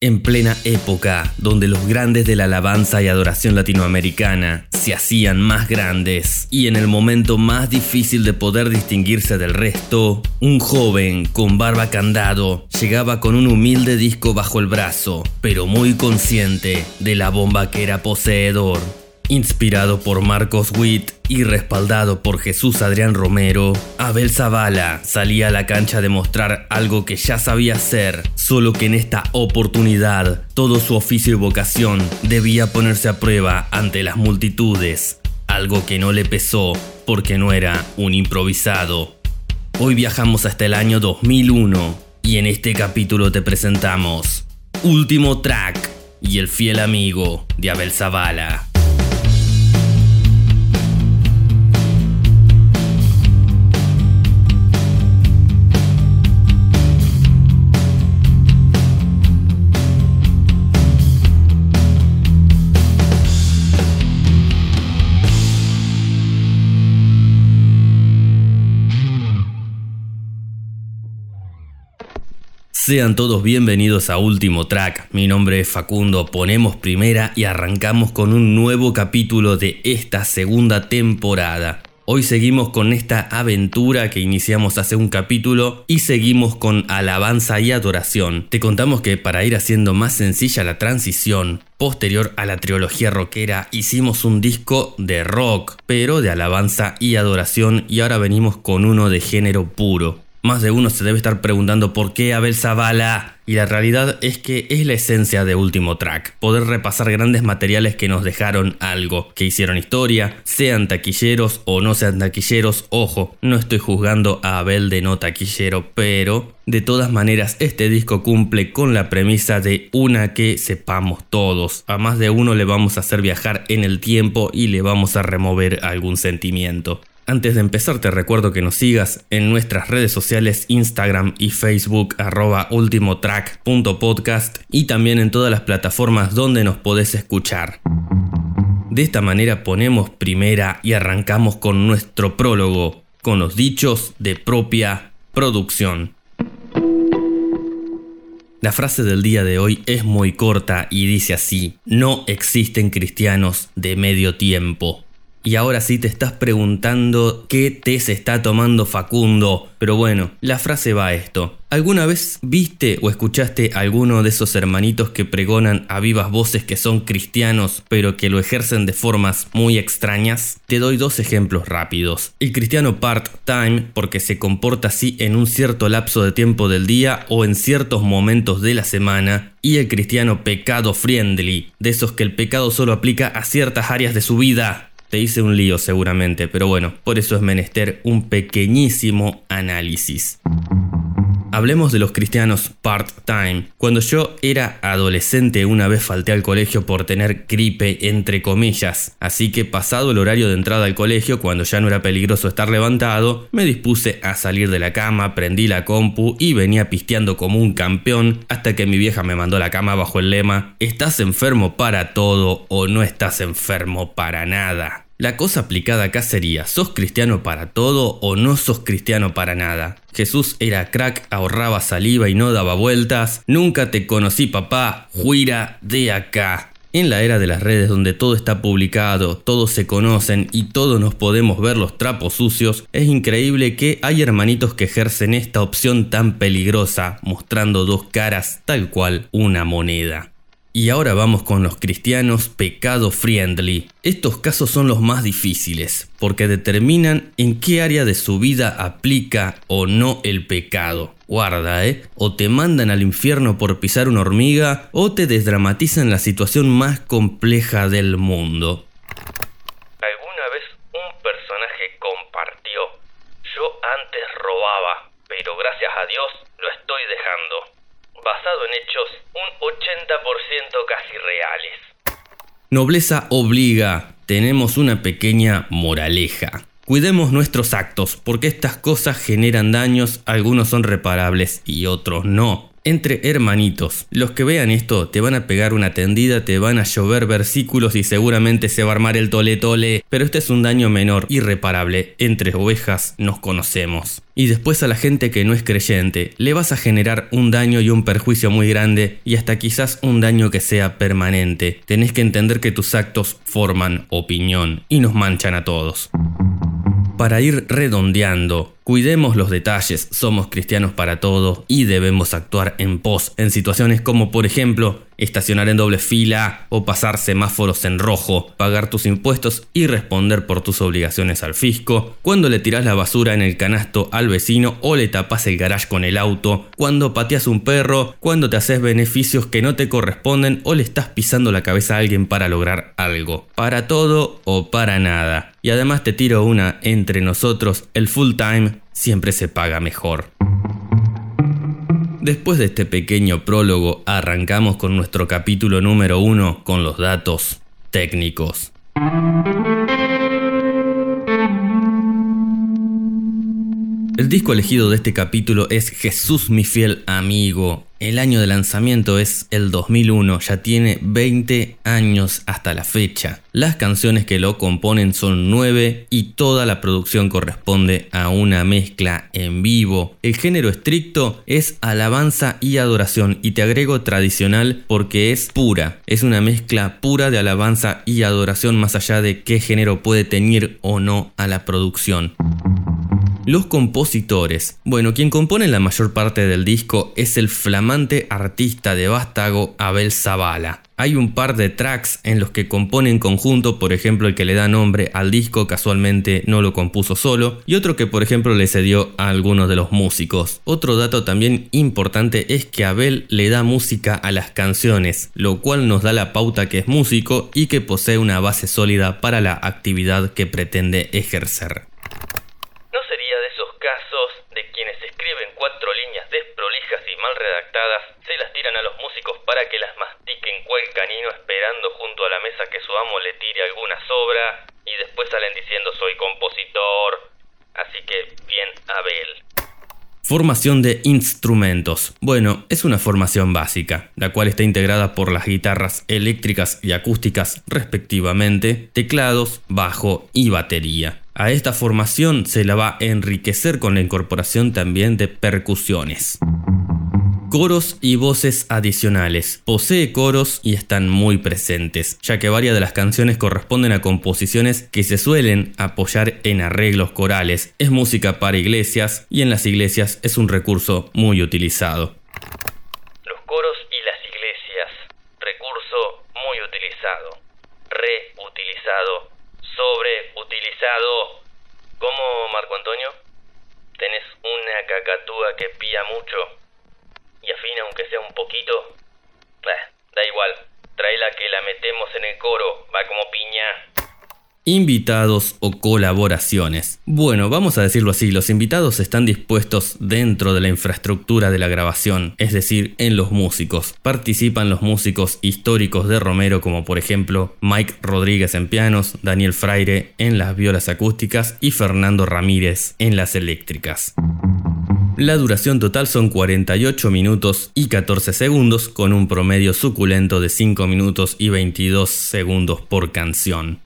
En plena época donde los grandes de la alabanza y adoración latinoamericana se hacían más grandes y en el momento más difícil de poder distinguirse del resto, un joven con barba candado llegaba con un humilde disco bajo el brazo, pero muy consciente de la bomba que era poseedor. Inspirado por Marcos Witt y respaldado por Jesús Adrián Romero, Abel Zavala salía a la cancha a demostrar algo que ya sabía hacer, solo que en esta oportunidad todo su oficio y vocación debía ponerse a prueba ante las multitudes, algo que no le pesó porque no era un improvisado. Hoy viajamos hasta el año 2001 y en este capítulo te presentamos Último Track y el fiel amigo de Abel Zavala. Sean todos bienvenidos a Último Track, mi nombre es Facundo, ponemos primera y arrancamos con un nuevo capítulo de esta segunda temporada. Hoy seguimos con esta aventura que iniciamos hace un capítulo y seguimos con alabanza y adoración. Te contamos que para ir haciendo más sencilla la transición, posterior a la trilogía rockera, hicimos un disco de rock, pero de alabanza y adoración, y ahora venimos con uno de género puro. Más de uno se debe estar preguntando por qué Abel Zavala, y la realidad es que es la esencia de Último Track, poder repasar grandes materiales que nos dejaron algo, que hicieron historia, sean taquilleros o no sean taquilleros. Ojo, no estoy juzgando a Abel de no taquillero, pero de todas maneras este disco cumple con la premisa de una que sepamos todos. A más de uno le vamos a hacer viajar en el tiempo y le vamos a remover algún sentimiento. Antes de empezar te recuerdo que nos sigas en nuestras redes sociales Instagram y Facebook @ultimotrack.podcast y también en todas las plataformas donde nos podés escuchar. De esta manera ponemos primera y arrancamos con nuestro prólogo, con los dichos de propia producción. La frase del día de hoy es muy corta y dice así: no existen cristianos de medio tiempo. Y ahora sí te estás preguntando qué té se está tomando Facundo. Pero bueno, la frase va a esto. ¿Alguna vez viste o escuchaste a alguno de esos hermanitos que pregonan a vivas voces que son cristianos, pero que lo ejercen de formas muy extrañas? Te doy dos ejemplos rápidos. El cristiano part-time, porque se comporta así en un cierto lapso de tiempo del día o en ciertos momentos de la semana. Y el cristiano pecado-friendly, de esos que el pecado solo aplica a ciertas áreas de su vida. Te hice un lío seguramente, pero bueno, por eso es menester un pequeñísimo análisis. Hablemos de los cristianos part-time. Cuando yo era adolescente una vez falté al colegio por tener gripe entre comillas, así que pasado el horario de entrada al colegio, cuando ya no era peligroso estar levantado, me dispuse a salir de la cama, prendí la compu y venía pisteando como un campeón hasta que mi vieja me mandó a la cama bajo el lema: ¿estás enfermo para todo o no estás enfermo para nada? La cosa aplicada acá sería: ¿sos cristiano para todo o no sos cristiano para nada? Jesús era crack, ahorraba saliva y no daba vueltas. Nunca te conocí, papá, fuera de acá. En la era de las redes donde todo está publicado, todos se conocen y todos nos podemos ver los trapos sucios, es increíble que hay hermanitos que ejercen esta opción tan peligrosa, mostrando dos caras tal cual una moneda. Y ahora vamos con los cristianos pecado friendly. Estos casos son los más difíciles, porque determinan en qué área de su vida aplica o no el pecado. Guarda, o te mandan al infierno por pisar una hormiga, o te desdramatizan la situación más compleja del mundo. Alguna vez un personaje compartió: yo antes robaba, pero gracias a Dios lo estoy dejando. Basado en hechos, un 80% casi reales. Nobleza obliga. Tenemos una pequeña moraleja. Cuidemos nuestros actos, porque estas cosas generan daños, algunos son reparables y otros no. Entre hermanitos, los que vean esto te van a pegar una tendida, te van a llover versículos y seguramente se va a armar el tole tole, pero este es un daño menor, irreparable. Entre ovejas nos conocemos. Y después a la gente que no es creyente, le vas a generar un daño y un perjuicio muy grande y hasta quizás un daño que sea permanente. Tenés que entender que tus actos forman opinión y nos manchan a todos. Para ir redondeando, cuidemos los detalles, somos cristianos para todo y debemos actuar en pos en situaciones como por ejemplo estacionar en doble fila o pasar semáforos en rojo, pagar tus impuestos y responder por tus obligaciones al fisco, cuando le tirás la basura en el canasto al vecino o le tapas el garage con el auto, cuando pateas un perro, cuando te haces beneficios que no te corresponden o le estás pisando la cabeza a alguien para lograr algo. Para todo o para nada. Y además te tiro una entre nosotros, el full time siempre se paga mejor. Después de este pequeño prólogo, arrancamos con nuestro capítulo número 1 con los datos técnicos. El disco elegido de este capítulo es Jesús mi fiel amigo. El año de lanzamiento es el 2001, ya tiene 20 años hasta la fecha. Las canciones que lo componen son 9 y toda la producción corresponde a una mezcla en vivo. El género estricto es alabanza y adoración y te agrego tradicional porque es pura. Es una mezcla pura de alabanza y adoración más allá de qué género puede teñir o no a la producción. Los compositores. Bueno, quien compone la mayor parte del disco es el flamante artista de Vástago, Abel Zabala. Hay un par de tracks en los que compone en conjunto, por ejemplo el que le da nombre al disco casualmente no lo compuso solo, y otro que por ejemplo le cedió a algunos de los músicos. Otro dato también importante es que Abel le da música a las canciones, lo cual nos da la pauta que es músico y que posee una base sólida para la actividad que pretende ejercer. De quienes escriben 4 líneas desprolijas y mal redactadas, se las tiran a los músicos para que las mastiquen cual canino esperando junto a la mesa que su amo le tire alguna sobra y después salen diciendo soy compositor. Así que bien, Abel. Formación de instrumentos. Bueno, es una formación básica, la cual está integrada por las guitarras eléctricas y acústicas respectivamente, teclados, bajo y batería. A esta formación se la va a enriquecer con la incorporación también de percusiones. Coros y voces adicionales. Posee coros y están muy presentes, ya que varias de las canciones corresponden a composiciones que se suelen apoyar en arreglos corales. Es música para iglesias y en las iglesias es un recurso muy utilizado. Los coros y las iglesias. Recurso muy utilizado. Reutilizado. Sobreutilizado. ¿Cómo, Marco Antonio? Tenés una cacatúa que pía mucho y afina aunque sea un poquito. Da igual, tráela que la metemos en el coro, va como piña. Invitados o colaboraciones. Bueno, vamos a decirlo así, los invitados están dispuestos dentro de la infraestructura de la grabación, es decir, en los músicos. Participan los músicos históricos de Romero como por ejemplo Mike Rodríguez en pianos, Daniel Fraire en las violas acústicas y Fernando Ramírez en las eléctricas. La duración total son 48 minutos y 14 segundos con un promedio suculento de 5 minutos y 22 segundos por canción.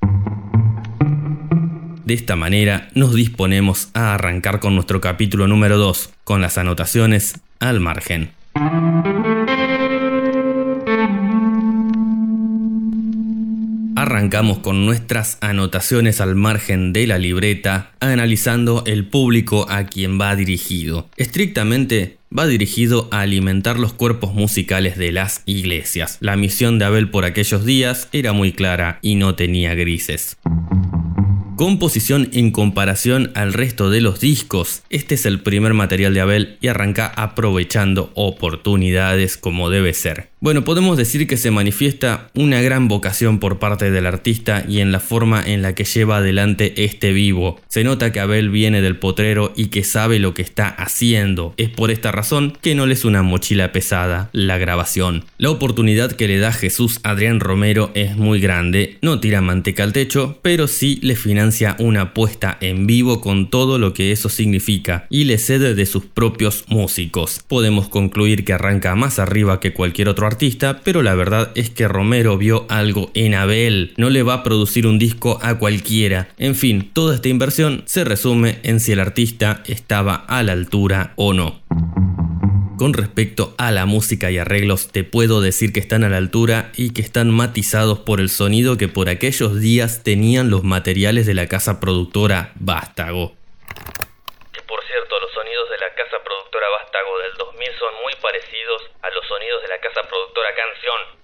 De esta manera nos disponemos a arrancar con nuestro capítulo número 2, con las anotaciones al margen. Arrancamos con nuestras anotaciones al margen de la libreta, analizando el público a quien va dirigido. Estrictamente va dirigido a alimentar los cuerpos musicales de las iglesias. La misión de Abel por aquellos días era muy clara y no tenía grises. Composición en comparación al resto de los discos. Este es el primer material de Abel y arranca aprovechando oportunidades como debe ser. Bueno, podemos decir que se manifiesta una gran vocación por parte del artista y en la forma en la que lleva adelante este vivo. Se nota que Abel viene del potrero y que sabe lo que está haciendo. Es por esta razón que no le es una mochila pesada la grabación. La oportunidad que le da Jesús Adrián Romero es muy grande. No tira manteca al techo, pero sí le financia financia una puesta en vivo con todo lo que eso significa y le cede de sus propios músicos. Podemos concluir que arranca más arriba que cualquier otro artista, pero la verdad es que Romero vio algo en Abel. No le va a producir un disco a cualquiera. En fin, toda esta inversión se resume en si el artista estaba a la altura o no. Con respecto a la música y arreglos, te puedo decir que están a la altura y que están matizados por el sonido que por aquellos días tenían los materiales de la casa productora Vástago. Que por cierto, los sonidos de la casa productora Vástago del 2000 son muy parecidos a los sonidos de la casa productora Canción.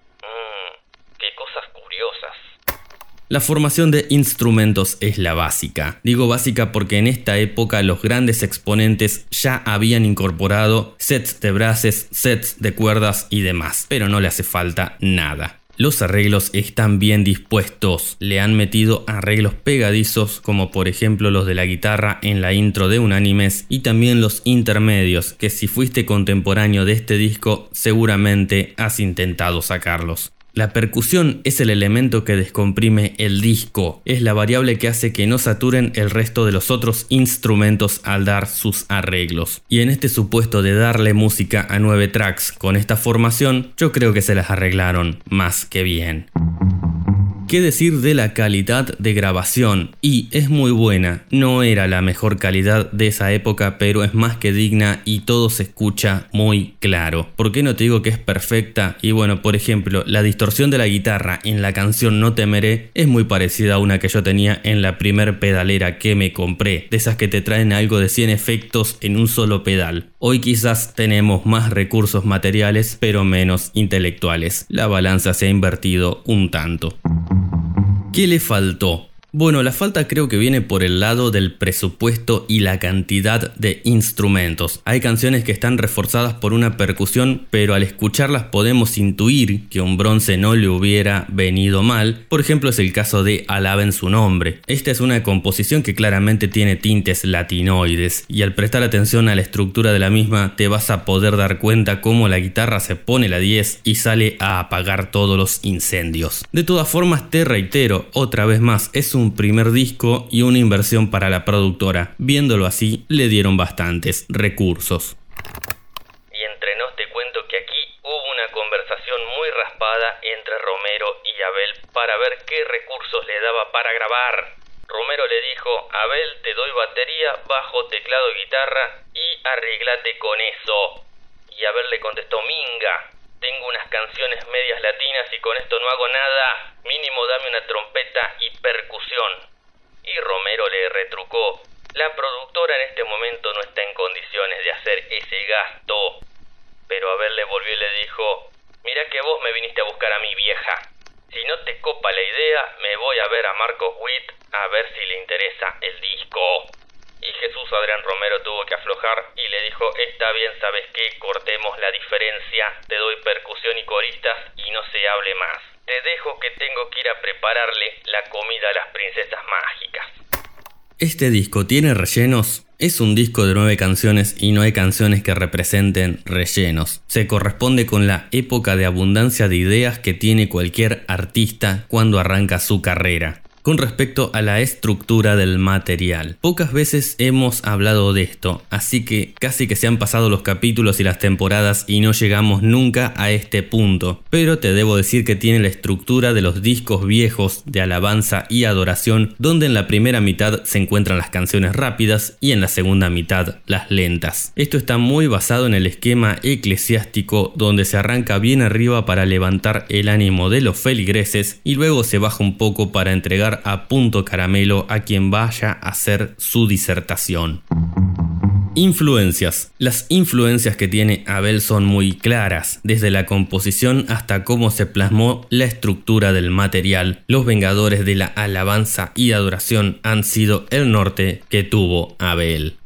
Qué cosas curiosas. La formación de instrumentos es la básica. Digo básica porque en esta época los grandes exponentes ya habían incorporado sets de brases, sets de cuerdas y demás, pero no le hace falta nada. Los arreglos están bien dispuestos, le han metido arreglos pegadizos como por ejemplo los de la guitarra en la intro de Unánimes y también los intermedios que si fuiste contemporáneo de este disco seguramente has intentado sacarlos. La percusión es el elemento que descomprime el disco, es la variable que hace que no saturen el resto de los otros instrumentos al dar sus arreglos. Y en este supuesto de darle música a 9 tracks con esta formación, yo creo que se las arreglaron más que bien. ¿Qué decir de la calidad de grabación? Y es muy buena, no era la mejor calidad de esa época, pero es más que digna y todo se escucha muy claro. ¿Por qué no te digo que es perfecta? Y bueno, por ejemplo, la distorsión de la guitarra en la canción No Temeré es muy parecida a una que yo tenía en la primer pedalera que me compré, de esas que te traen algo de 100 efectos en un solo pedal. Hoy quizás tenemos más recursos materiales, pero menos intelectuales. La balanza se ha invertido un tanto. ¿Qué le faltó? Bueno, la falta creo que viene por el lado del presupuesto y la cantidad de instrumentos. Hay canciones que están reforzadas por una percusión, pero al escucharlas podemos intuir que un bronce no le hubiera venido mal. Por ejemplo, es el caso de Alaben su nombre. Esta es una composición que claramente tiene tintes latinoides, y al prestar atención a la estructura de la misma te vas a poder dar cuenta cómo la guitarra se pone la 10 y sale a apagar todos los incendios. De todas formas, te reitero, otra vez más, es un primer disco y una inversión para la productora. Viéndolo así, le dieron bastantes recursos. Y entre nos te cuento que aquí hubo una conversación muy raspada entre Romero y Abel para ver qué recursos le daba para grabar. Romero le dijo: Abel, te doy batería, bajo, teclado y guitarra y arreglate con eso. Y Abel le contestó: Minga, tengo unas canciones medias latinas y con esto no hago nada. Mínimo dame una trompeta y percusión. Y Romero le retrucó: la productora en este momento no está en condiciones de hacer ese gasto. Pero Abel le volvió y le dijo: mirá que vos me viniste a buscar a mi vieja. Si no te copa la idea, me voy a ver a Marcos Witt a ver si le interesa el disco. Y Jesús Adrián Romero tuvo que aflojar y le dijo: está bien, ¿sabes qué? Cortemos la diferencia, te doy percusión y coristas y no se hable más. Te dejo que tengo que ir a prepararle la comida a las princesas mágicas. ¿Este disco tiene rellenos? Es un disco de 9 canciones y no hay canciones que representen rellenos. Se corresponde con la época de abundancia de ideas que tiene cualquier artista cuando arranca su carrera. Con respecto a la estructura del material, pocas veces hemos hablado de esto, así que casi que se han pasado los capítulos y las temporadas y no llegamos nunca a este punto, pero te debo decir que tiene la estructura de los discos viejos de alabanza y adoración, donde en la primera mitad se encuentran las canciones rápidas y en la segunda mitad las lentas. Esto está muy basado en el esquema eclesiástico, donde se arranca bien arriba para levantar el ánimo de los feligreses y luego se baja un poco para entregar a punto caramelo a quien vaya a hacer su disertación. Influencias. Las influencias que tiene Abel son muy claras, desde la composición hasta cómo se plasmó la estructura del material. Los vengadores de la alabanza y adoración han sido el norte que tuvo Abel.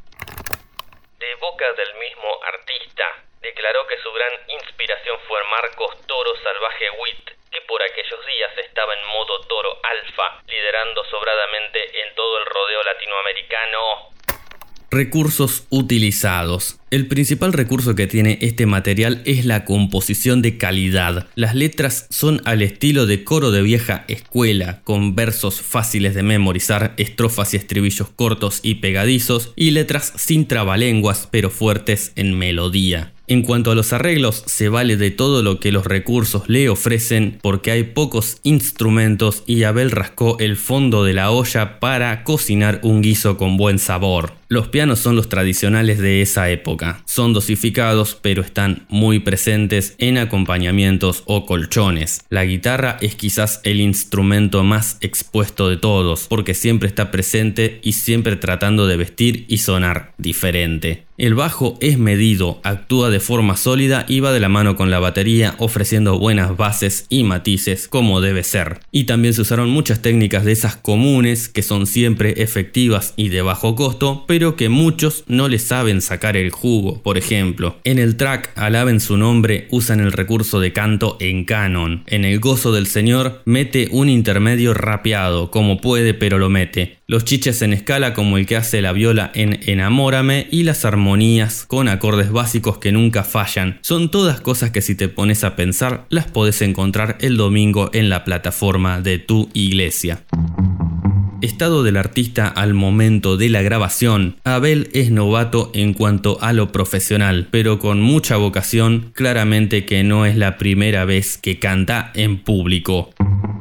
De boca del mismo artista, declaró que su gran inspiración fue Marcos Toro Salvaje Witt, que por aquellos días estaba en modo toro alfa, liderando sobradamente en todo el rodeo latinoamericano. Recursos utilizados. El principal recurso que tiene este material es la composición de calidad. Las letras son al estilo de coro de vieja escuela, con versos fáciles de memorizar, estrofas y estribillos cortos y pegadizos, y letras sin trabalenguas pero fuertes en melodía. En cuanto a los arreglos, se vale de todo lo que los recursos le ofrecen porque hay pocos instrumentos y Abel rascó el fondo de la olla para cocinar un guiso con buen sabor. Los pianos son los tradicionales de esa época. Son dosificados pero están muy presentes en acompañamientos o colchones. La guitarra es quizás el instrumento más expuesto de todos porque siempre está presente y siempre tratando de vestir y sonar diferente. El bajo es medido, actúa de forma sólida y va de la mano con la batería ofreciendo buenas bases y matices como debe ser. Y también se usaron muchas técnicas de esas comunes que son siempre efectivas y de bajo costo, pero que muchos no le saben sacar el jugo. Por ejemplo, en el track Alaben su nombre usan el recurso de canto en canon. En El gozo del Señor mete un intermedio rapeado, como puede pero lo mete. Los chiches en escala como el que hace la viola en Enamórame y las armonías con acordes básicos que nunca fallan. Son todas cosas que si te pones a pensar las podés encontrar el domingo en la plataforma de tu iglesia. Estado del artista al momento de la grabación. Abel es novato en cuanto a lo profesional, pero con mucha vocación, claramente que no es la primera vez que canta en público.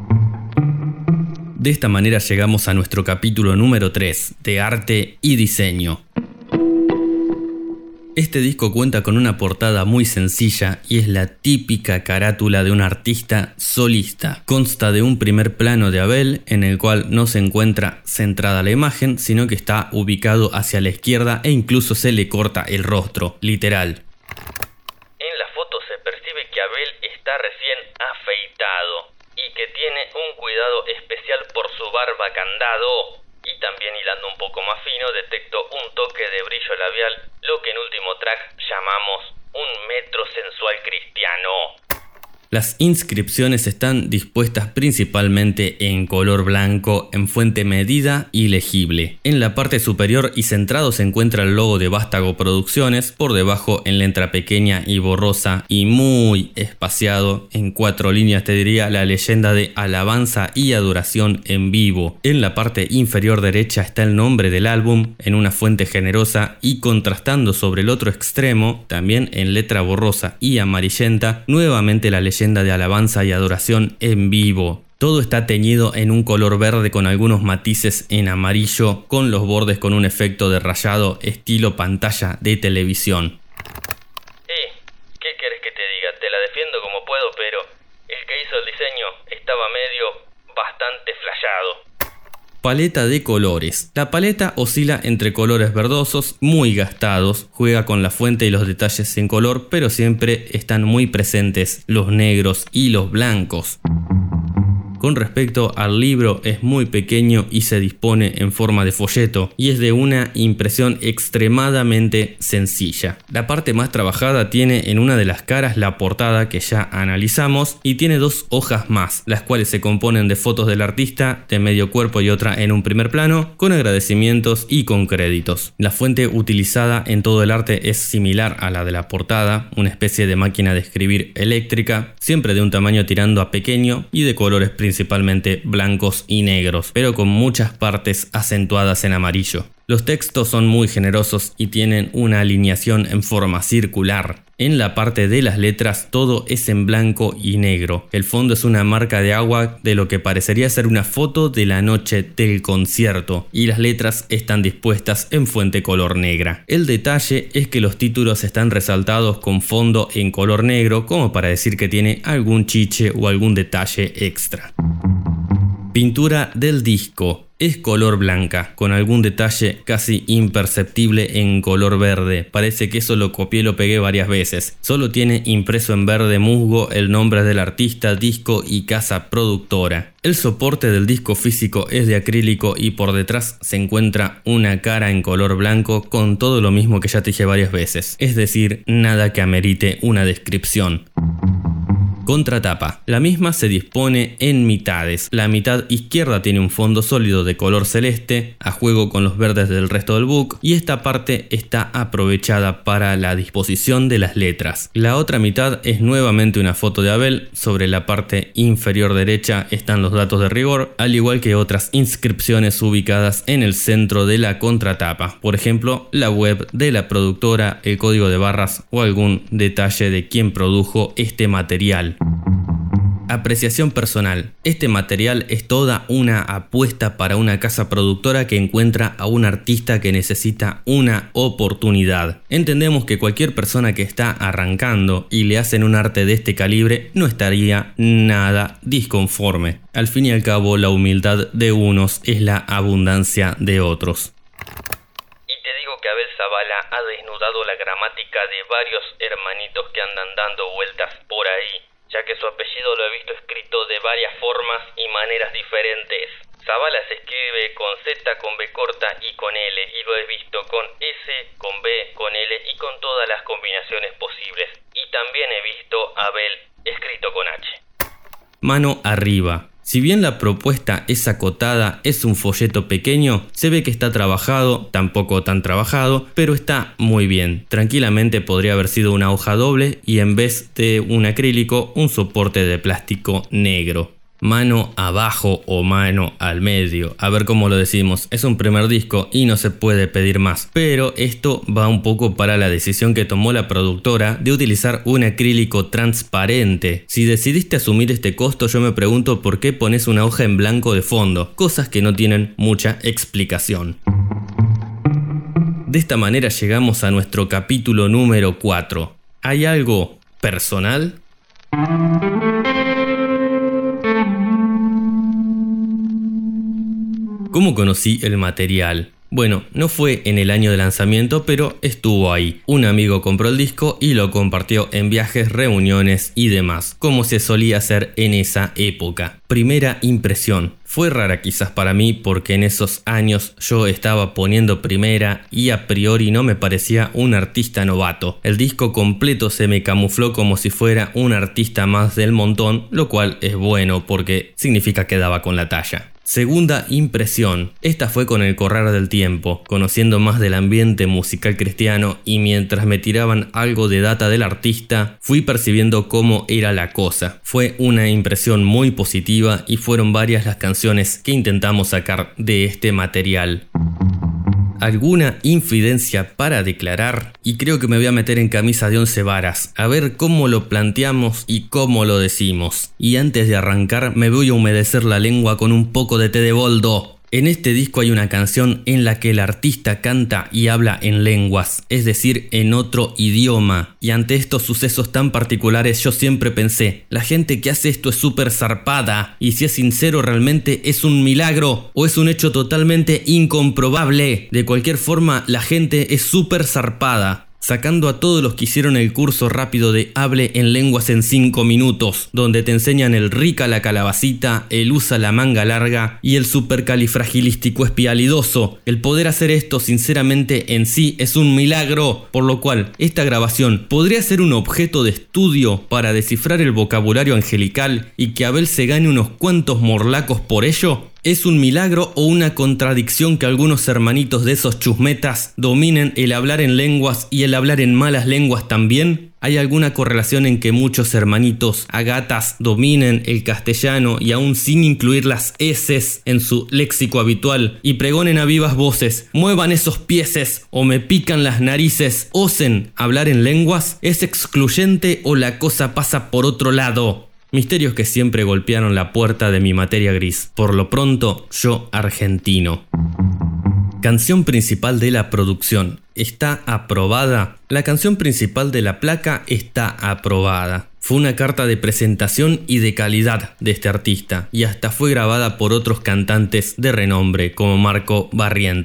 De esta manera llegamos a nuestro capítulo número 3 de arte y diseño. Este disco cuenta con una portada muy sencilla y es la típica carátula de un artista solista. Consta de un primer plano de Abel en el cual no se encuentra centrada la imagen, sino que está ubicado hacia la izquierda e incluso se le corta el rostro, literal. En la foto se percibe que Abel está recién afeitado y que tiene un cuidado especial por su barba candado. Y también hilando un poco más fino detecto un toque de brillo labial, lo que en último track llamamos un metro sensual cristiano. Las inscripciones están dispuestas principalmente en color blanco, en fuente medida y legible. En la parte superior y centrado se encuentra el logo de Vástago Producciones, por debajo en letra pequeña y borrosa y muy espaciado, en 4 líneas te diría, la leyenda de alabanza y adoración en vivo. En la parte inferior derecha está el nombre del álbum en una fuente generosa y contrastando sobre el otro extremo, también en letra borrosa y amarillenta, nuevamente la leyenda de alabanza y adoración en vivo. Todo está teñido en un color verde con algunos matices en amarillo, con los bordes con un efecto de rayado estilo pantalla de televisión. ¿Qué querés que te diga? Te la defiendo como puedo, pero el que hizo el diseño estaba bastante flayado. Paleta de colores. La paleta oscila entre colores verdosos, muy gastados, juega con la fuente y los detalles en color, pero siempre están muy presentes los negros y los blancos. Con respecto al libro, es muy pequeño y se dispone en forma de folleto y es de una impresión extremadamente sencilla. La parte más trabajada tiene en una de las caras la portada que ya analizamos y tiene 2 hojas más, las cuales se componen de fotos del artista de medio cuerpo y otra en un primer plano, con agradecimientos y con créditos. La fuente utilizada en todo el arte es similar a la de la portada, una especie de máquina de escribir eléctrica, siempre de un tamaño tirando a pequeño y de colores principalmente blancos y negros, pero con muchas partes acentuadas en amarillo. Los textos son muy generosos y tienen una alineación en forma circular. En la parte de las letras todo es en blanco y negro. El fondo es una marca de agua de lo que parecería ser una foto de la noche del concierto y las letras están dispuestas en fuente color negra. El detalle es que los títulos están resaltados con fondo en color negro como para decir que tiene algún chiche o algún detalle extra. Pintura del disco. Es color blanca, con algún detalle casi imperceptible en color verde. Parece que eso lo copié y lo pegué varias veces. Solo tiene impreso en verde musgo el nombre del artista, disco y casa productora. El soporte del disco físico es de acrílico y por detrás se encuentra una cara en color blanco con todo lo mismo que ya te dije varias veces. Es decir, nada que amerite una descripción. Contratapa. La misma se dispone en mitades. La mitad izquierda tiene un fondo sólido de color celeste, a juego con los verdes del resto del book, y esta parte está aprovechada para la disposición de las letras. La otra mitad es nuevamente una foto de Abel. Sobre la parte inferior derecha están los datos de rigor, al igual que otras inscripciones ubicadas en el centro de la contratapa. Por ejemplo, la web de la productora, el código de barras o algún detalle de quién produjo este material. Apreciación personal. Este material es toda una apuesta para una casa productora que encuentra a un artista que necesita una oportunidad. Entendemos que cualquier persona que está arrancando y le hacen un arte de este calibre no estaría nada disconforme. Al fin y al cabo, la humildad de unos es la abundancia de otros. Que Abel Zavala ha desnudado la gramática de varios hermanitos que andan dando vueltas por ahí, ya que su apellido lo he visto escrito de varias formas y maneras diferentes. Zavala se escribe con Z, con B corta y con L, y lo he visto con S, con B, con L y con todas las combinaciones posibles. Y también he visto Abel escrito con H. Mano arriba. Si bien la propuesta es acotada, es un folleto pequeño, se ve que está trabajado, tampoco tan trabajado, pero está muy bien. Tranquilamente podría haber sido una hoja doble y en vez de un acrílico, un soporte de plástico negro. Mano abajo o mano al medio, a ver cómo lo decimos. Es un primer disco y no se puede pedir más, pero esto va un poco para la decisión que tomó la productora de utilizar un acrílico transparente. Si decidiste asumir este costo, yo me pregunto por qué pones una hoja en blanco de fondo, cosas que no tienen mucha explicación. De esta manera llegamos a nuestro capítulo número 4. ¿Hay algo personal? ¿Cómo conocí el material? Bueno, no fue en el año de lanzamiento, pero estuvo ahí. Un amigo compró el disco y lo compartió en viajes, reuniones y demás, como se solía hacer en esa época. Primera impresión. Fue rara quizás para mí porque en esos años yo estaba poniendo primera y a priori no me parecía un artista novato. El disco completo se me camufló como si fuera un artista más del montón, lo cual es bueno porque significa que daba con la talla. Segunda impresión. Esta fue con el correr del tiempo, conociendo más del ambiente musical cristiano y mientras me tiraban algo de data del artista, fui percibiendo cómo era la cosa. Fue una impresión muy positiva y fueron varias las canciones que intentamos sacar de este material. ¿Alguna infidencia para declarar? Y creo que me voy a meter en camisa de 11 varas, a ver cómo lo planteamos y cómo lo decimos. Y antes de arrancar me voy a humedecer la lengua con un poco de té de boldo. En este disco hay una canción en la que el artista canta y habla en lenguas, es decir, en otro idioma. Y ante estos sucesos tan particulares yo siempre pensé, la gente que hace esto es súper zarpada, y si es sincero realmente es un milagro o es un hecho totalmente incomprobable. De cualquier forma, la gente es súper zarpada. Sacando a todos los que hicieron el curso rápido de Hable en Lenguas en 5 minutos, donde te enseñan el rica la calabacita, el usa la manga larga y el supercalifragilístico espialidoso. El poder hacer esto sinceramente en sí es un milagro, por lo cual esta grabación podría ser un objeto de estudio para descifrar el vocabulario angelical y que Abel se gane unos cuantos morlacos por ello. ¿Es un milagro o una contradicción que algunos hermanitos de esos chusmetas dominen el hablar en lenguas y el hablar en malas lenguas también? ¿Hay alguna correlación en que muchos hermanitos agatas dominen el castellano y aún sin incluir las eses en su léxico habitual y pregonen a vivas voces, muevan esos pieses o me pican las narices, osen hablar en lenguas? ¿Es excluyente o la cosa pasa por otro lado? Misterios que siempre golpearon la puerta de mi materia gris. Por lo pronto, yo argentino. Canción principal de la producción. ¿Está aprobada? La canción principal de la placa está aprobada. Fue una carta de presentación y de calidad de este artista y hasta fue grabada por otros cantantes de renombre como Marco Barrientos.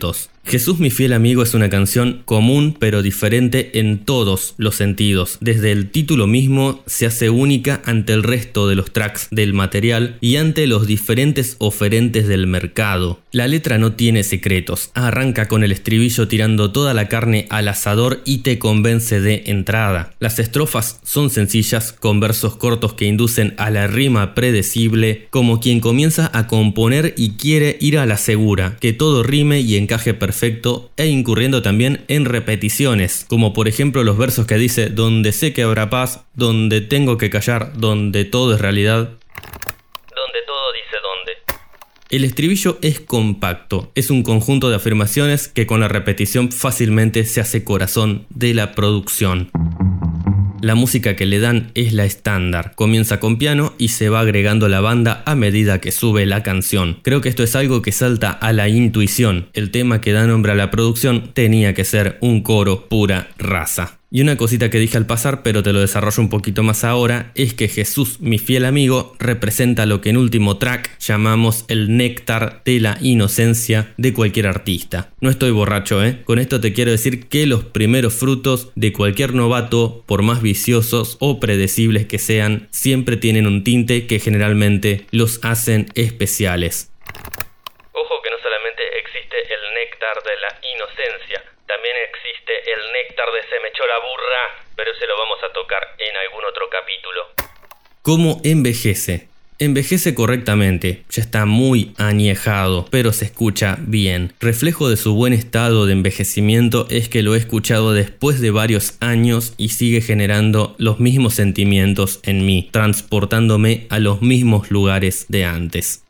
Jesús mi fiel amigo es una canción común pero diferente en todos los sentidos. Desde el título mismo se hace única ante el resto de los tracks del material y ante los diferentes oferentes del mercado. La letra no tiene secretos, arranca con el estribillo tirando toda la carne al asador y te convence de entrada. Las estrofas son sencillas con versos cortos que inducen a la rima predecible, como quien comienza a componer y quiere ir a la segura, que todo rime y encaje perfecto, e incurriendo también en repeticiones, como por ejemplo los versos que dice donde sé que habrá paz, donde tengo que callar, donde todo es realidad, donde todo dice dónde. El estribillo es compacto, es un conjunto de afirmaciones que con la repetición fácilmente se hace corazón de la producción. La música que le dan es la estándar, comienza con piano y se va agregando la banda a medida que sube la canción. Creo que esto es algo que salta a la intuición. El tema que da nombre a la producción tenía que ser un coro pura raza. Y una cosita que dije al pasar, pero te lo desarrollo un poquito más ahora, es que Jesús, mi fiel amigo, representa lo que en último track llamamos el néctar de la inocencia de cualquier artista. No estoy borracho, Con esto te quiero decir que los primeros frutos de cualquier novato, por más viciosos o predecibles que sean, siempre tienen un tinte que generalmente los hacen especiales. Ojo que no solamente existe el néctar de la inocencia, también existe el néctar de se me echó la burra, pero ese lo vamos a tocar en algún otro capítulo. ¿Cómo envejece? Envejece correctamente, ya está muy añejado, pero se escucha bien. Reflejo de su buen estado de envejecimiento es que lo he escuchado después de varios años y sigue generando los mismos sentimientos en mí, transportándome a los mismos lugares de antes.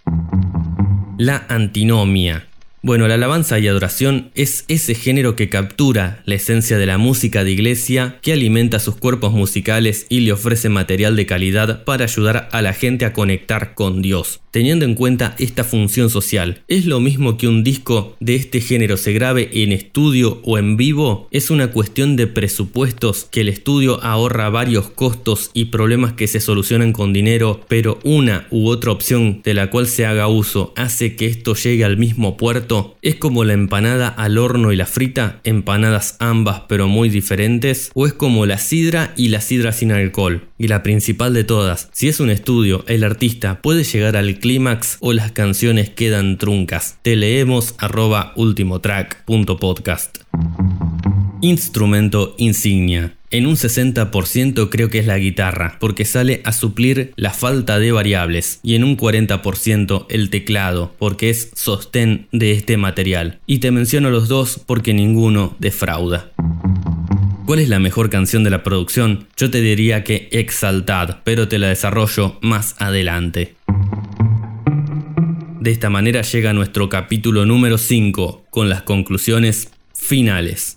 La antinomia. Bueno, la alabanza y adoración es ese género que captura la esencia de la música de iglesia, que alimenta sus cuerpos musicales y le ofrece material de calidad para ayudar a la gente a conectar con Dios. Teniendo en cuenta esta función social, ¿es lo mismo que un disco de este género se grabe en estudio o en vivo? Es una cuestión de presupuestos, que el estudio ahorra varios costos y problemas que se solucionan con dinero, pero una u otra opción de la cual se haga uso hace que esto llegue al mismo puerto. ¿Es como la empanada al horno y la frita, empanadas ambas pero muy diferentes? ¿O es como la sidra y la sidra sin alcohol? Y la principal de todas, si es un estudio, el artista puede llegar al clímax o las canciones quedan truncas. Te leemos @ultimotrack.podcast. Instrumento insignia. En un 60% creo que es la guitarra, porque sale a suplir la falta de variables, y en un 40% el teclado, porque es sostén de este material. Y te menciono los dos porque ninguno defrauda. ¿Cuál es la mejor canción de la producción? Yo te diría que Exaltad, pero te la desarrollo más adelante. De esta manera llega nuestro capítulo número 5, con las conclusiones finales.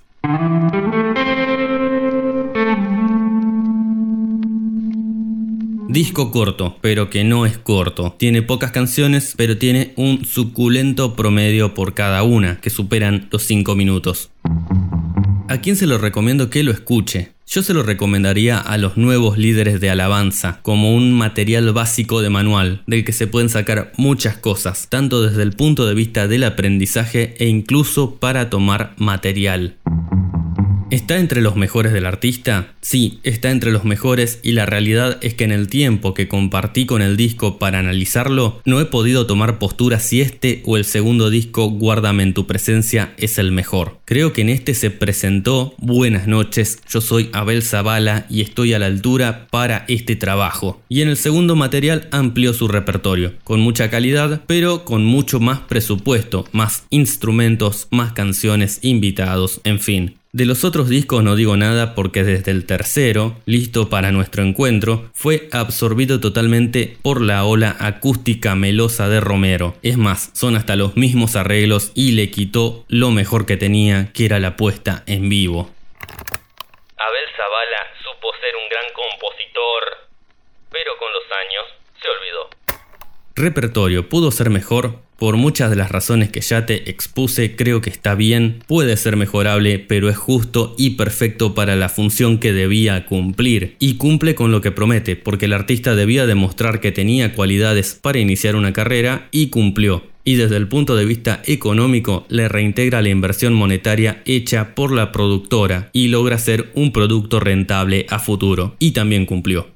Disco corto, pero que no es corto. Tiene pocas canciones, pero tiene un suculento promedio por cada una, que superan los 5 minutos. ¿A quién se lo recomiendo que lo escuche? Yo se lo recomendaría a los nuevos líderes de alabanza, como un material básico de manual, del que se pueden sacar muchas cosas, tanto desde el punto de vista del aprendizaje e incluso para tomar material. ¿Está entre los mejores del artista? Sí, está entre los mejores, y la realidad es que en el tiempo que compartí con el disco para analizarlo, no he podido tomar postura si este o el segundo disco, Guárdame en tu presencia, es el mejor. Creo que en este se presentó Buenas noches, yo soy Abel Zavala y estoy a la altura para este trabajo. Y en el segundo material amplió su repertorio, con mucha calidad, pero con mucho más presupuesto, más instrumentos, más canciones, invitados, en fin. De los otros discos no digo nada porque desde el tercero, Listo para nuestro encuentro, fue absorbido totalmente por la ola acústica melosa de Romero. Es más, son hasta los mismos arreglos y le quitó lo mejor que tenía, que era la puesta en vivo. Abel Zavala supo ser un gran compositor, pero con los años se olvidó. Repertorio pudo ser mejor, Por muchas de las razones que ya te expuse, creo que está bien, puede ser mejorable, pero es justo y perfecto para la función que debía cumplir. Y cumple con lo que promete, porque el artista debía demostrar que tenía cualidades para iniciar una carrera y cumplió. Y desde el punto de vista económico le reintegra la inversión monetaria hecha por la productora y logra hacer un producto rentable a futuro. Y también cumplió.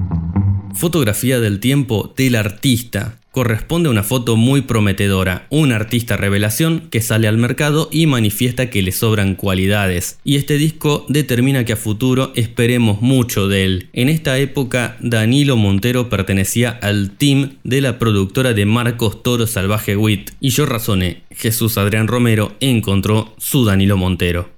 Fotografía del tiempo del artista. Corresponde a una foto muy prometedora, un artista revelación que sale al mercado y manifiesta que le sobran cualidades. Y este disco determina que a futuro esperemos mucho de él. En esta época, Danilo Montero pertenecía al team de la productora de Marcos Toro Salvaje Wit. Y yo razoné, Jesús Adrián Romero encontró su Danilo Montero.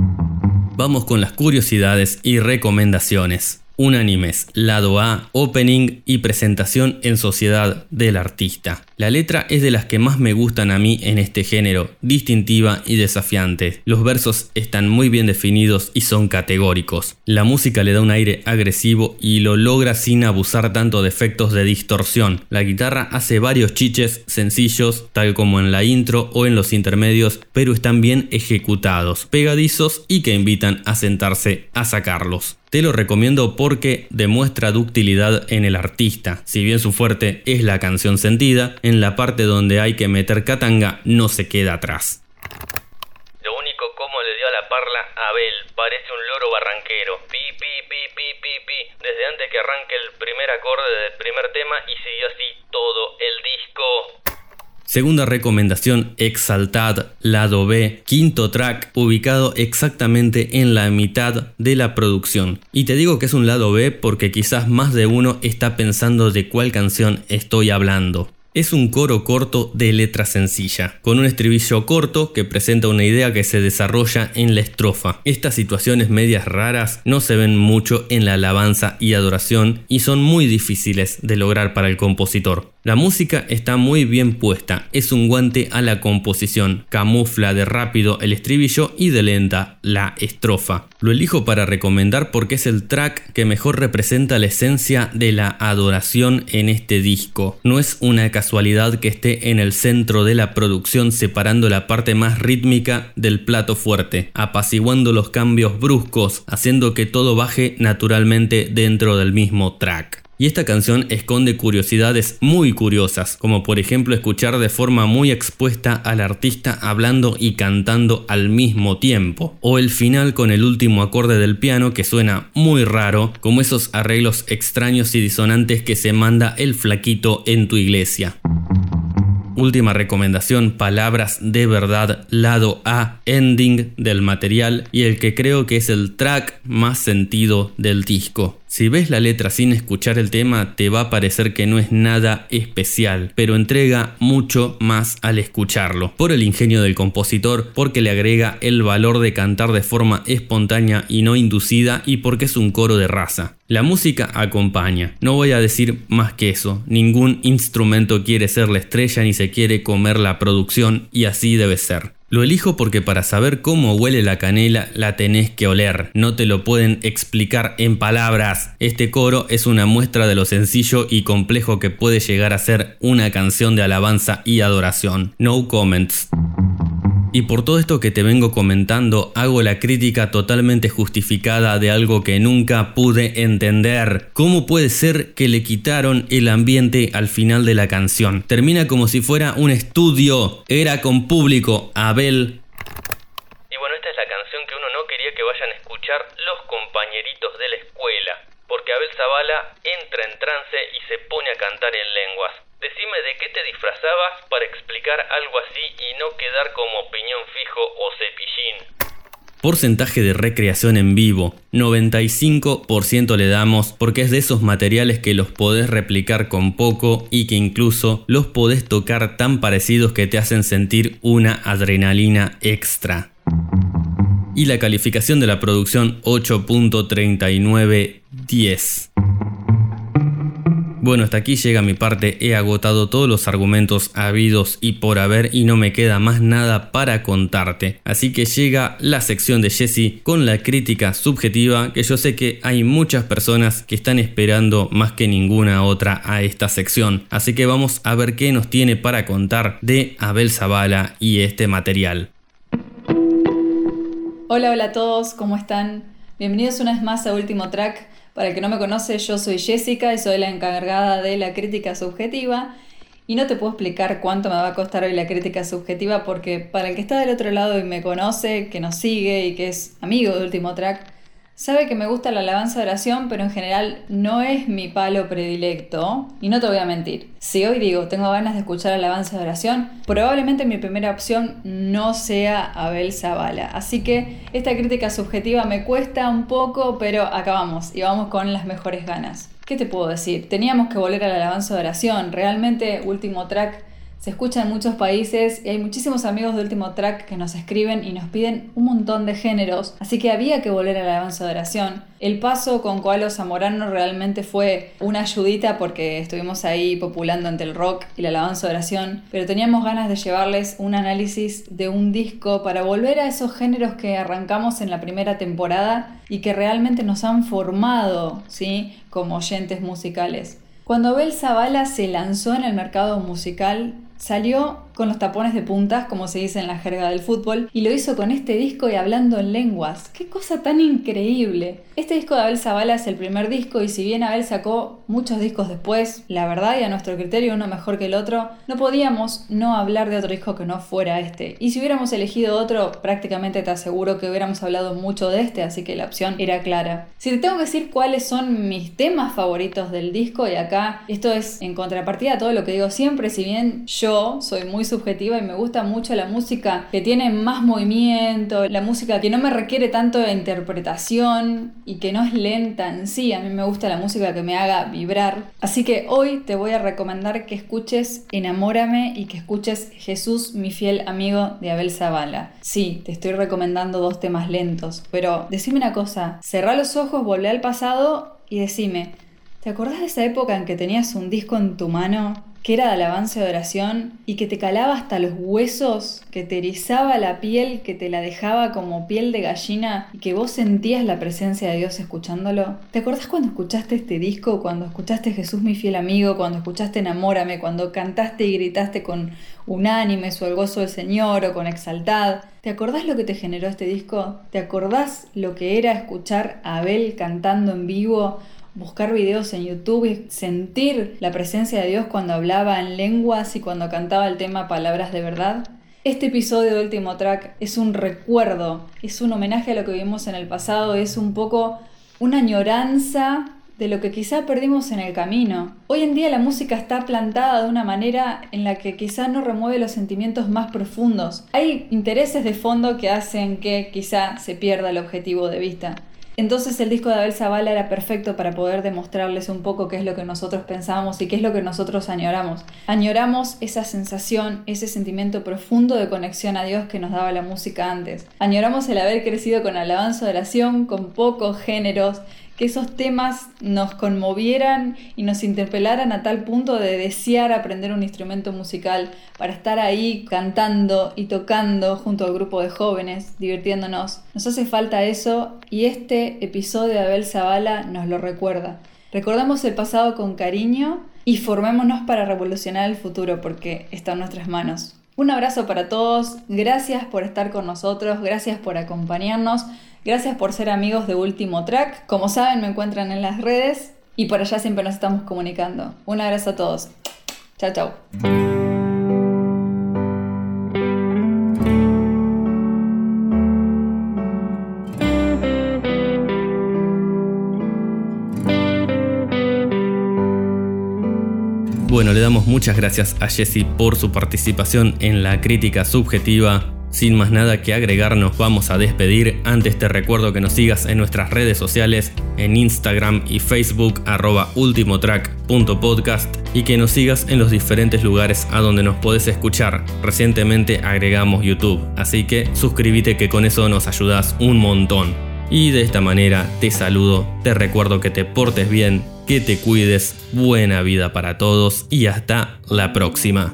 Vamos con las curiosidades y recomendaciones. Unánimes, lado A, opening y presentación en sociedad del artista. La letra es de las que más me gustan a mí en este género, distintiva y desafiante. Los versos están muy bien definidos y son categóricos. La música le da un aire agresivo y lo logra sin abusar tanto de efectos de distorsión. La guitarra hace varios chiches sencillos, tal como en la intro o en los intermedios, pero están bien ejecutados, pegadizos y que invitan a sentarse a sacarlos. Te lo recomiendo porque demuestra ductilidad en el artista. Si bien su fuerte es la canción sentida, en la parte donde hay que meter catanga no se queda atrás. Lo único como le dio a la parla a Abel, parece un loro barranquero. Pi, pi, pi, pi, pi, pi, desde antes que arranque el primer acorde del primer tema y siguió así todo el disco. Segunda recomendación, Exaltad, lado B, quinto track, ubicado exactamente en la mitad de la producción. Y te digo que es un lado B porque quizás más de uno está pensando de cuál canción estoy hablando. Es un coro corto de letra sencilla, con un estribillo corto que presenta una idea que se desarrolla en la estrofa. Estas situaciones medias raras no se ven mucho en la alabanza y adoración y son muy difíciles de lograr para el compositor. La música está muy bien puesta, es un guante a la composición, camufla de rápido el estribillo y de lenta la estrofa. Lo elijo para recomendar porque es el track que mejor representa la esencia de la adoración en este disco. No es una casualidad que esté en el centro de la producción separando la parte más rítmica del plato fuerte, apaciguando los cambios bruscos, haciendo que todo baje naturalmente dentro del mismo track. Y esta canción esconde curiosidades muy curiosas, como por ejemplo escuchar de forma muy expuesta al artista hablando y cantando al mismo tiempo, o el final con el último acorde del piano que suena muy raro, como esos arreglos extraños y disonantes que se manda el flaquito en tu iglesia. Última recomendación, Palabras de Verdad, lado A, ending del material y el que creo que es el track más sentido del disco. Si ves la letra sin escuchar el tema, te va a parecer que no es nada especial, pero entrega mucho más al escucharlo. Por el ingenio del compositor, porque le agrega el valor de cantar de forma espontánea y no inducida y porque es un coro de raza. La música acompaña. No voy a decir más que eso. Ningún instrumento quiere ser la estrella ni se quiere comer la producción y así debe ser. Lo elijo porque para saber cómo huele la canela la tenés que oler, no te lo pueden explicar en palabras. Este coro es una muestra de lo sencillo y complejo que puede llegar a ser una canción de alabanza y adoración. No comments. Y por todo esto que te vengo comentando, hago la crítica totalmente justificada de algo que nunca pude entender. ¿Cómo puede ser que le quitaron el ambiente al final de la canción? Termina como si fuera un estudio, era con público, Abel. Y bueno, esta es la canción que uno no quería que vayan a escuchar los compañeritos de la escuela, porque Abel Zabala entra en trance y se pone a cantar en lenguas. Decime de qué te disfrazabas para explicar algo así y no quedar como piñón fijo o cepillín. Porcentaje de recreación en vivo, 95% le damos porque es de esos materiales que los podés replicar con poco y que incluso los podés tocar tan parecidos que te hacen sentir una adrenalina extra. Y la calificación de la producción 8.39/10. Bueno, hasta aquí llega mi parte, he agotado todos los argumentos habidos y por haber y no me queda más nada para contarte. Así que llega la sección de Jesse con la crítica subjetiva, que yo sé que hay muchas personas que están esperando más que ninguna otra a esta sección. Así que vamos a ver qué nos tiene para contar de Abel Zabala y este material. Hola a todos, ¿cómo están? Bienvenidos una vez más a Último Track. Para el que no me conoce, yo soy Jessica y soy la encargada de la crítica subjetiva. Y no te puedo explicar cuánto me va a costar hoy la crítica subjetiva porque para el que está del otro lado y me conoce, que nos sigue y que es amigo de Último Track, sabe que me gusta la alabanza de oración, pero en general no es mi palo predilecto. Y no te voy a mentir, si hoy digo tengo ganas de escuchar alabanza de oración, probablemente mi primera opción no sea Abel Zabala. Así que esta crítica subjetiva me cuesta un poco, pero acá vamos y vamos con las mejores ganas. ¿Qué te puedo decir? Teníamos que volver a la alabanza de oración. Realmente Último Track se escucha en muchos países y hay muchísimos amigos de Último Track que nos escriben y nos piden un montón de géneros, así que había que volver a la alabanza de oración. El paso con Koalo Zamorano realmente fue una ayudita porque estuvimos ahí populando entre el rock y la alabanza de oración, pero teníamos ganas de llevarles un análisis de un disco para volver a esos géneros que arrancamos en la primera temporada y que realmente nos han formado, ¿sí?, como oyentes musicales. Cuando Abel Zabala se lanzó en el mercado musical, salió con los tapones de puntas, como se dice en la jerga del fútbol, y lo hizo con este disco y hablando en lenguas. ¡Qué cosa tan increíble! Este disco de Abel Zabala es el primer disco y si bien Abel sacó muchos discos después, la verdad y a nuestro criterio uno mejor que el otro, no podíamos no hablar de otro disco que no fuera este. Y si hubiéramos elegido otro, prácticamente te aseguro que hubiéramos hablado mucho de este, así que la opción era clara. Si te tengo que decir cuáles son mis temas favoritos del disco, y acá esto es en contrapartida a todo lo que digo siempre, si bien yo soy muy subjetiva y me gusta mucho la música que tiene más movimiento, la música que no me requiere tanto de interpretación y que no es lenta en sí. A mí me gusta la música que me haga vibrar. Así que hoy te voy a recomendar que escuches Enamórame y que escuches Jesús, mi fiel amigo, de Abel Zabala. Sí, te estoy recomendando dos temas lentos, pero decime una cosa, cerrá los ojos, volvé al pasado y decime, ¿te acordás de esa época en que tenías un disco en tu mano que era de alabanza de oración y que te calaba hasta los huesos, que te erizaba la piel, que te la dejaba como piel de gallina y que vos sentías la presencia de Dios escuchándolo? ¿Te acordás cuando escuchaste este disco, cuando escuchaste Jesús mi fiel amigo, cuando escuchaste Enamórame, cuando cantaste y gritaste con Unánimes o El gozo del Señor o con Exaltad? ¿Te acordás lo que te generó este disco? ¿Te acordás lo que era escuchar a Abel cantando en vivo? Buscar videos en YouTube y sentir la presencia de Dios cuando hablaba en lenguas y cuando cantaba el tema Palabras de Verdad. Este episodio de Último Track es un recuerdo, es un homenaje a lo que vivimos en el pasado, es un poco una añoranza de lo que quizá perdimos en el camino. Hoy en día la música está plantada de una manera en la que quizá no remueve los sentimientos más profundos. Hay intereses de fondo que hacen que quizá se pierda el objetivo de vista. Entonces el disco de Abel Zabala era perfecto para poder demostrarles un poco qué es lo que nosotros pensamos y qué es lo que nosotros añoramos. Añoramos esa sensación, ese sentimiento profundo de conexión a Dios que nos daba la música antes. Añoramos el haber crecido con alabanza de oración, con pocos géneros, que esos temas nos conmovieran y nos interpelaran a tal punto de desear aprender un instrumento musical para estar ahí cantando y tocando junto al grupo de jóvenes, divirtiéndonos. Nos hace falta eso y este episodio de Abel Zabala nos lo recuerda. Recordamos el pasado con cariño y formémonos para revolucionar el futuro porque está en nuestras manos. Un abrazo para todos, gracias por estar con nosotros, gracias por acompañarnos. Gracias por ser amigos de Último Track. Como saben, me encuentran en las redes y por allá siempre nos estamos comunicando. Un abrazo a todos. Chao, chao. Bueno, le damos muchas gracias a Jesse por su participación en la crítica subjetiva. Sin más nada que agregar, nos vamos a despedir. Antes te recuerdo que nos sigas en nuestras redes sociales, en Instagram y Facebook, @ultimotrack.podcast, y que nos sigas en los diferentes lugares a donde nos podés escuchar. Recientemente agregamos YouTube, así que suscríbete que con eso nos ayudás un montón. Y de esta manera te saludo, te recuerdo que te portes bien, que te cuides, buena vida para todos y hasta la próxima.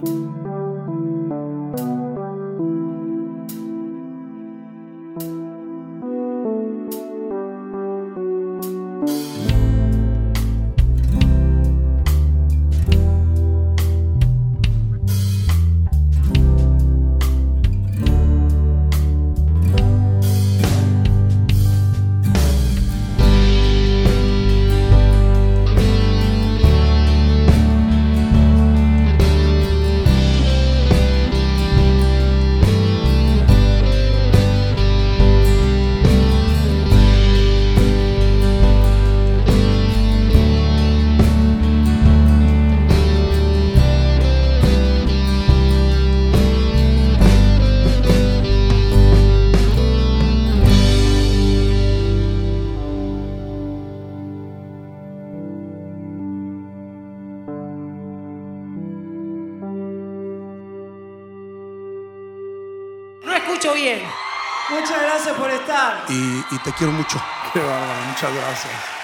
Bien. Muchas gracias por estar. Y te quiero mucho. Qué bárbaro, muchas gracias.